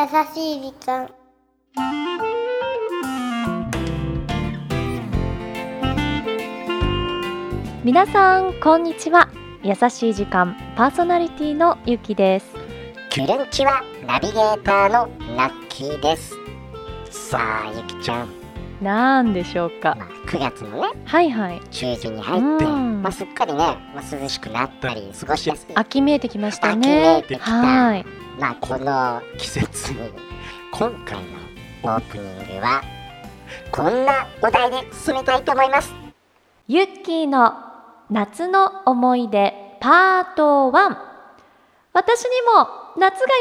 しい時間。 皆さんこんにちは。優しい時間パーソナリティのゆきです。 キュルンチはナビゲーターのラッキーです。さあゆきちゃん、 なんでしょうか。 9月のね、 はいはい、 中旬に入って、すっかりね、涼しくなったり過ごしやすい秋めいてきましたね。 秋めいてきた。 はい、 この季節に今回のオープニングはこんなお題で進めたいと思います。 ゆっきーの夏の思い出パート1。私にも夏が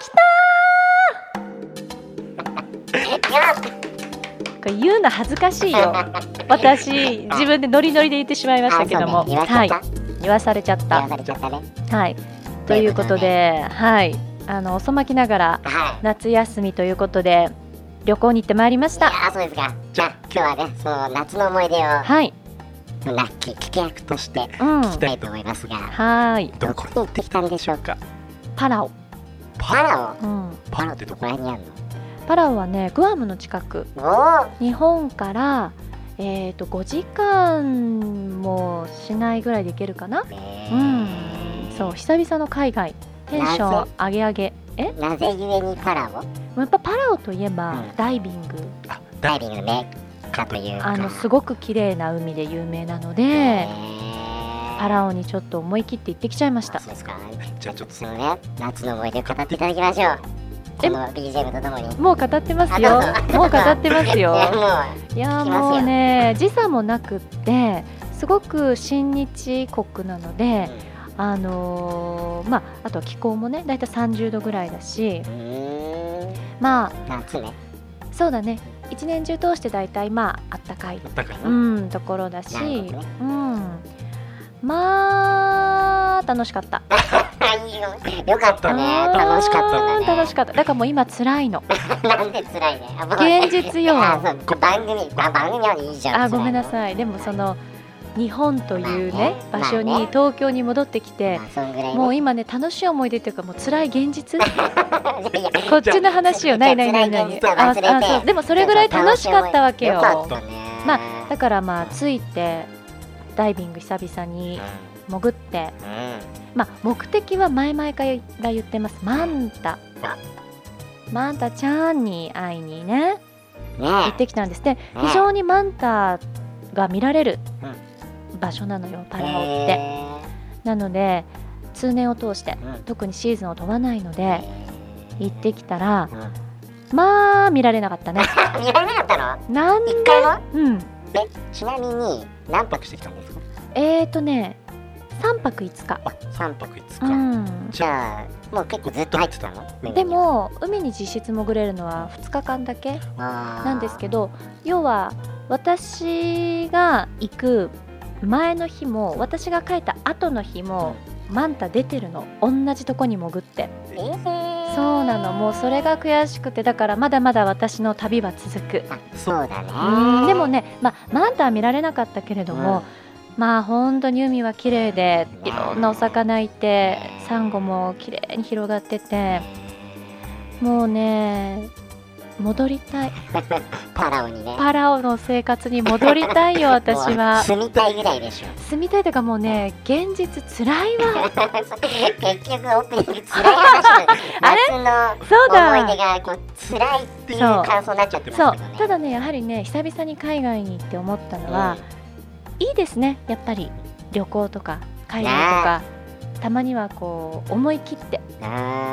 やっときたこれ言うの恥ずかしいよ。私自分でノリノリで言ってしまいましたけども、 ね、 言わされちゃった。 ね、 はい、ということで、はい、遅まきながら夏休みということで旅行に行ってまいりました。 そうですか。じゃあ今日はね、その夏の思い出を、 はい、 ラッキー聞き役として聞きたいと思いますが、 はい、 どこに行ってきたんでしょうか。 パラオ。 パラオ、 パラオってどこら辺にあるの？ パラオはね、グアムの近く。日本から5時間もしないぐらいで行けるかな。そう久々の海外。テンション上げ上げ。 なぜゆえにパラオ？ やっぱパラオといえば、ダイビング。 ダイビングのメッカというか、 すごく綺麗な海で有名なので、パラオにちょっと思い切って行ってきちゃいました。 そうですか。じゃあちょっとそのね、夏の思い出を語っていただきましょう。この BGM とともに。 もう語ってますよ。もう語ってますよ。いやもうね、時差もなくってすごく親日国なので、あとは気候もね、だいたい30度ぐらいだし、 夏ね。そうだね。 一年中通してだいたいあったかいところだし、楽しかった。 よかったね。楽しかったんだね。 楽しかった。だからもう今辛いの。 なんで辛いね。 現実よ。 番組はいいじゃん。 ごめんなさい。でもその日本というね、場所に東京に戻ってきて、もう今ね、楽しい思い出というか、もう辛い現実こっちの話よ。ないでもそれぐらい楽しかったわけよ。だからついてダイビング久々に潜って、目的は前々から言ってます。マンタちゃんに会いにね行ってきたんです。で、非常にマンタが見られる場所なのよ、パラオって。なので通年を通して、特にシーズンを問わないので行ってきたら、見られなかったね。 見られなかったの？ なんで？ 一回も？ちなみに何泊してきたんですか ？3泊5日。 3泊5日。じゃあもう結構ずっと入ってたの？ でも海に実質潜れるのは2日間だけなんですけど、要は私が行く前の日も私が帰った後の日もマンタ出てるの。同じとこに潜って。そうなの。もうそれが悔しくて、だからまだまだ私の旅は続く。 そうだね。 でもね、マンタは見られなかったけれども、本当に海は綺麗で、いろんなお魚いて、サンゴも綺麗に広がってて、もうね、戻りたい。 パラオにね。 パラオの生活に戻りたいよ、私は。 住みたいぐらいでしょ。 住みたいというか、もうね、現実つらいわ。 結局オープニングつらい話だ。夏の思い出がつらいっていう感想になっちゃってますけどね。 ただね、やはりね、久々に海外に行って思ったのは、いいですね、やっぱり旅行とか海外とか、たまにはこう思い切って。 そう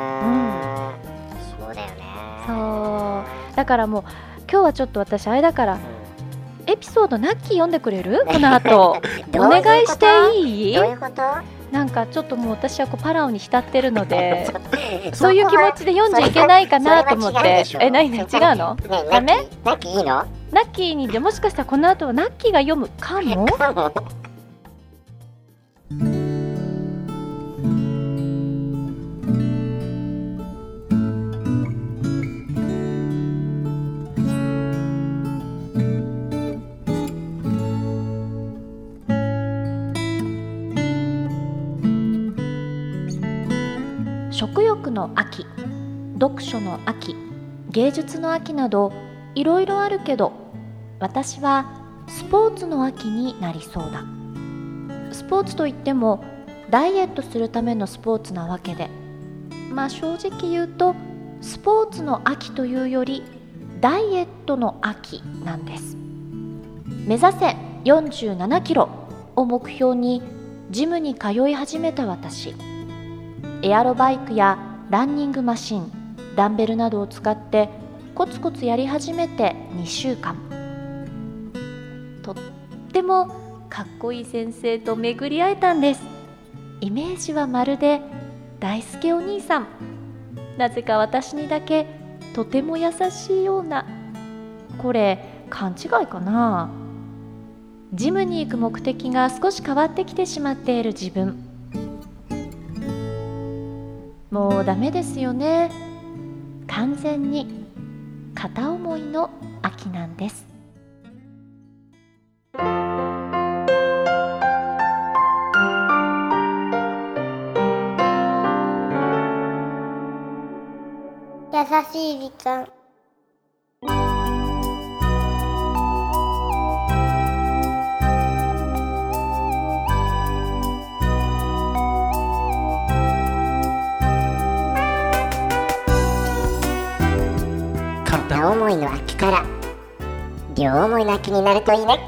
だよね。 そうだからもう今日はちょっと私あれだから、エピソードナッキー読んでくれる？この後お願いしていい？ どういうこと？ なんかちょっともう私はパラオに浸ってるのでそういう気持ちで読んじゃいけないかなと思って。何違うの？ダメ？ ナッキーいいの？ ナッキーにでもしかしたらこの後はナッキーが読むかも？食欲の秋、読書の秋、 芸術の秋などいろいろあるけど、私はスポーツの秋になりそうだ。スポーツといってもダイエットするためのスポーツなわけで、正直言うとスポーツの秋というよりダイエットの秋なんです。目指せ47キロを目標にジムに通い始めた私。エアロバイクやランニングマシン、ダンベルなどを使ってコツコツやり始めて2週間。とってもかっこいい先生と巡り会えたんです。イメージはまるで大輔お兄さん。なぜか私にだけとても優しいような。これ勘違いかな。ジムに行く目的が少し変わってきてしまっている自分。もうダメですよね。完全に片思いの秋なんです。 優しい時間。 片思いの秋から両思いの秋になるといいね。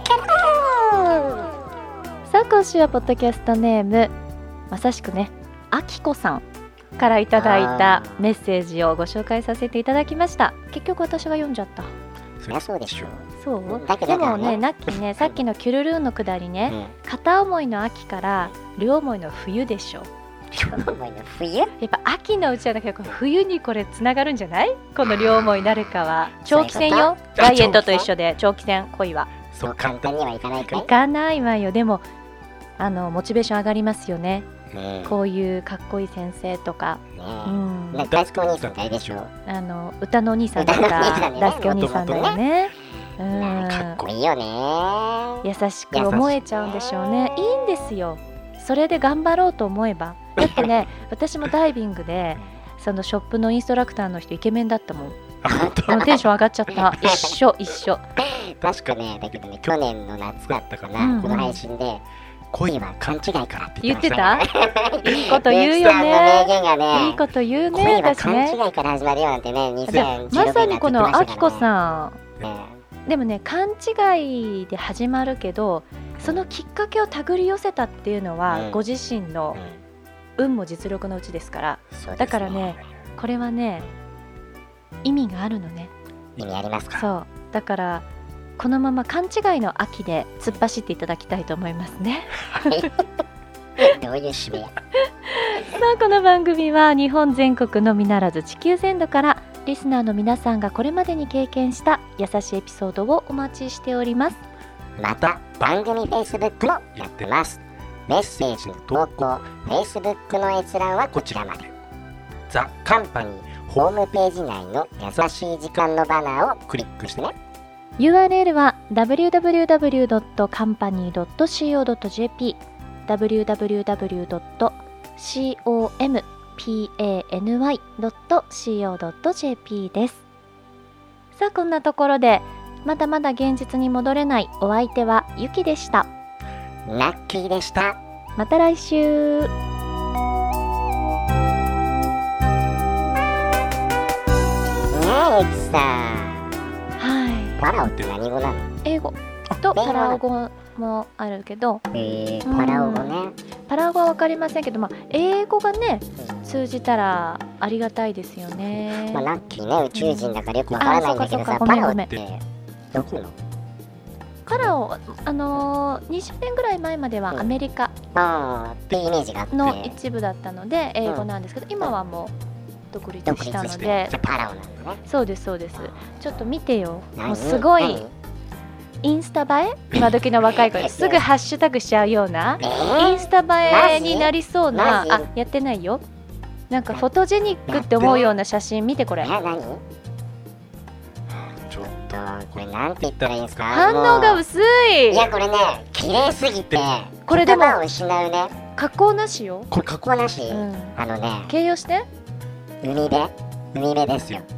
さあ今週はポッドキャストネームまさしくね、あきこさんからいただいたメッセージをご紹介させていただきました。結局私が読んじゃった。 そりゃそうでしょう。 そうでもね、ナッキーね、さっきのキュルルーンのくだりね、片思いの秋から両思いの冬でしょ。 両思いの冬？ やっぱ秋のうちはだけど冬にこれつながるんじゃない？この両思いになるかは長期戦よ。ダイエットと一緒で長期戦、恋はそう簡単にはいかないかい？ いかないわよ。でもモチベーション上がりますよね。こういうかっこいい先生とか、 大輔お兄さんってあれでしょ、 歌のお兄さんとか大輔お兄さんだよね。 かっこいいよね。 優しく思えちゃうんでしょうね。いいんですよ、それで頑張ろうと思えば。だってね私もダイビングでそのショップのインストラクターの人イケメンだったもん。テンション上がっちゃった。一緒確かね、だけどね、去年の夏だったかな、この配信で恋は勘違いからって言ってましたね。 いいこと言うよね。 ね、 いいこと言うね。 恋は勘違いから始まるよなんてね、2016年まさにこのあきこさん、 ね、 でもね勘違いで始まるけど、そのきっかけを手繰り寄せたっていうのは、ご自身の運も実力のうちですから、だからね、これはね意味があるのね。 意味ありますか？ そうだからこのまま勘違いの秋で突っ走っていただきたいと思いますね。 どういう締めや。さあこの番組は日本全国のみならず地球全土からリスナーの皆さんがこれまでに経験した優しいエピソードをお待ちしております。 また番組 Facebook もやってます。メッセージの投稿、Facebook の閲覧はこちらまで。ザ・カンパニーホームページ内の優しい時間のバナーをクリックしてね。 URL は www.company.co.jp www.company.co.jp です。さあこんなところでまだまだ現実に戻れないお相手はゆきでした。 ラッキーでした。 また来週。 ねえゆきさん、パラオって何語なの？ 英語とパラオ語もあるけど、 パラオ語ね。 パラオ語は分かりませんけど、英語がね通じたらありがたいですよね。 ラッキーね、宇宙人だからよく分からないんだけどさ、パラオってどこの？ パラオ20年ぐらい前まではアメリカっていうイメージがあっての一部だったので英語なんですけど、今はもう独立したので、 じゃパラオなんだね。 そうですそうです。ちょっと見てよ、もうすごいインスタ映え、今時の若い子すぐハッシュタグしちゃうような、インスタ映えになりそうな、やってないよ。なんかフォトジェニックって思うような写真見てこれ。 何？ちょっとこれなんて言ったらいいんですか？ 反応が薄い。 いやこれね、綺麗すぎてこれでも言葉を失うね。 加工なしよ。 これ加工なし？ ね、 形容して。 海辺ですよ。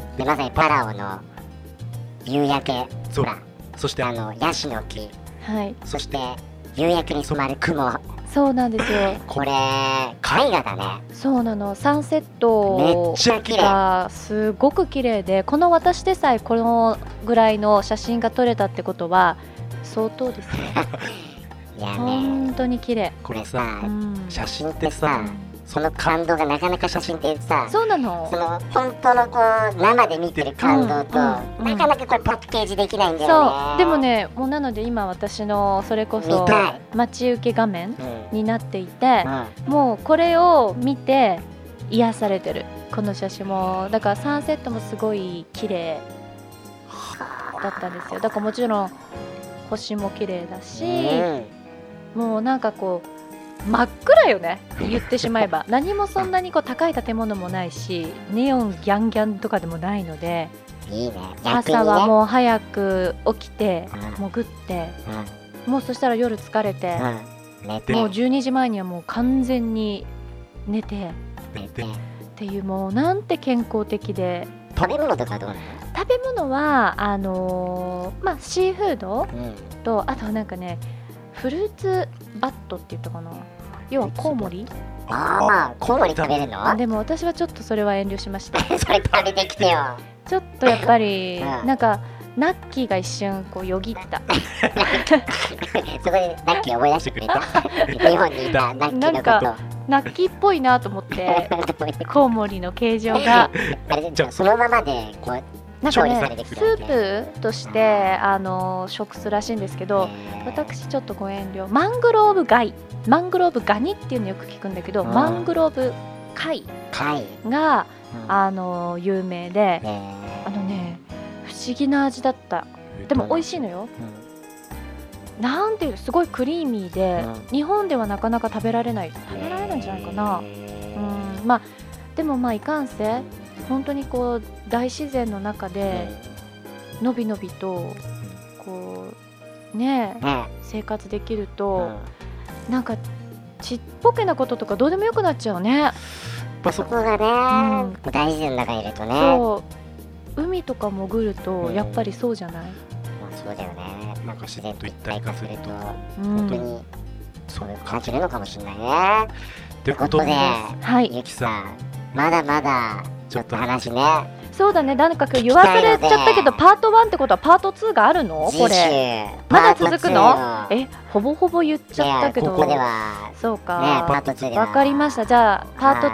でまさにパラオの夕焼けそう空、 そしてヤシの木、 はい、 そして夕焼けに染まる雲、 そうなんですよ。 これ絵画だね。 そうなの、サンセッめトっちゃ綺麗。 がすごく綺麗で、この私でさえこのぐらいの写真が撮れたってことは相当ですね。 いやね、 本当に綺麗。 これさ、 うん写真ってさ、その感動がなかなか写真ってさ、 そうなの。 その本当のこう生で見てる感動と、 うんなかなかこれパッケージできないんだそよね。 う、でもね、もうなので今私のそれこそ見たい待ち受け画面うん、 になっていて、 うん、 もうこれを見て癒されてる。この写真もだからサンセットもすごい綺麗だったんですよ。だからもちろん星も綺麗だし、もうなんかこう真っ暗よね、言ってしまえば。何もそんなにこう高い建物もないし、ネオンギャンギャンとかでもないので、 いいね。逆にね朝はもう早く起きてうん潜って、 うんもうそしたら夜疲れて、 うん、寝てもう12時前にはもう完全に寝て寝てっていう、もうなんて健康的で。 食べ物とかどうなの？ 食べ物はまあシーフードうんと、あとはなんかね、フルーツバットって言ったかな、要はコウモリ。 ああ、コウモリ食べるの？ でも私はちょっとそれは遠慮しました。 それ食べてきてよ。 ちょっとやっぱりうんなんかナッキーが一瞬こうよぎった。 そこでナッキー思い出してくれた。日本にいたナッキーのこと。 ナッキーっぽいなと思ってコウモリの形状があれじゃあそのままでこうなんか調理されね、スてくるわけ。 ープとして食すらしいんですけど、私ちょっとご遠慮。マングローブガイ、マングローブガニっていうのよく聞くんだけど、 うんマングローブ貝貝。 がうん有名で、ね、不思議な味だった。でも美味しいのよ。なんていう、すごいクリーミーで、日本ではなかなか食べられないんじゃないかな。まあでもまあいかんせ本当にこう大自然の中でのびのびとこうね生活できると、なんかちっぽけなこととかどうでもよくなっちゃうね。 そこがね、大自然の中にいるとね。 そう海とか潜るとやっぱりそうじゃない？ そうだよね。 なんか自然と一体化すると本当にそう感じるのかもしれないね。 ということで、 はいゆきさん、まだまだちょっと話ね。 そうだね、なんか言わせれちゃったけど、パート1ってことはパート2があるの？これまだ続くの？ほぼほぼ言っちゃったけど、 ここではそうか、 ね、パート2ではわかりました。じゃあパート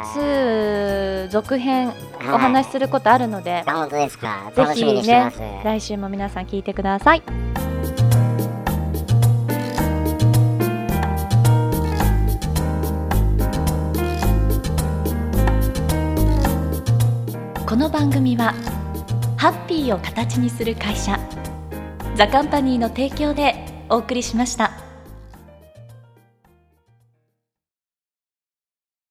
2続編お話しすることあるので、 本当ですか？ ぜ楽しみにひしてます。 ね、来週も皆さん聞いてください。この番組はハッピーを形にする会社ザカンパニーの提供でお送りしました。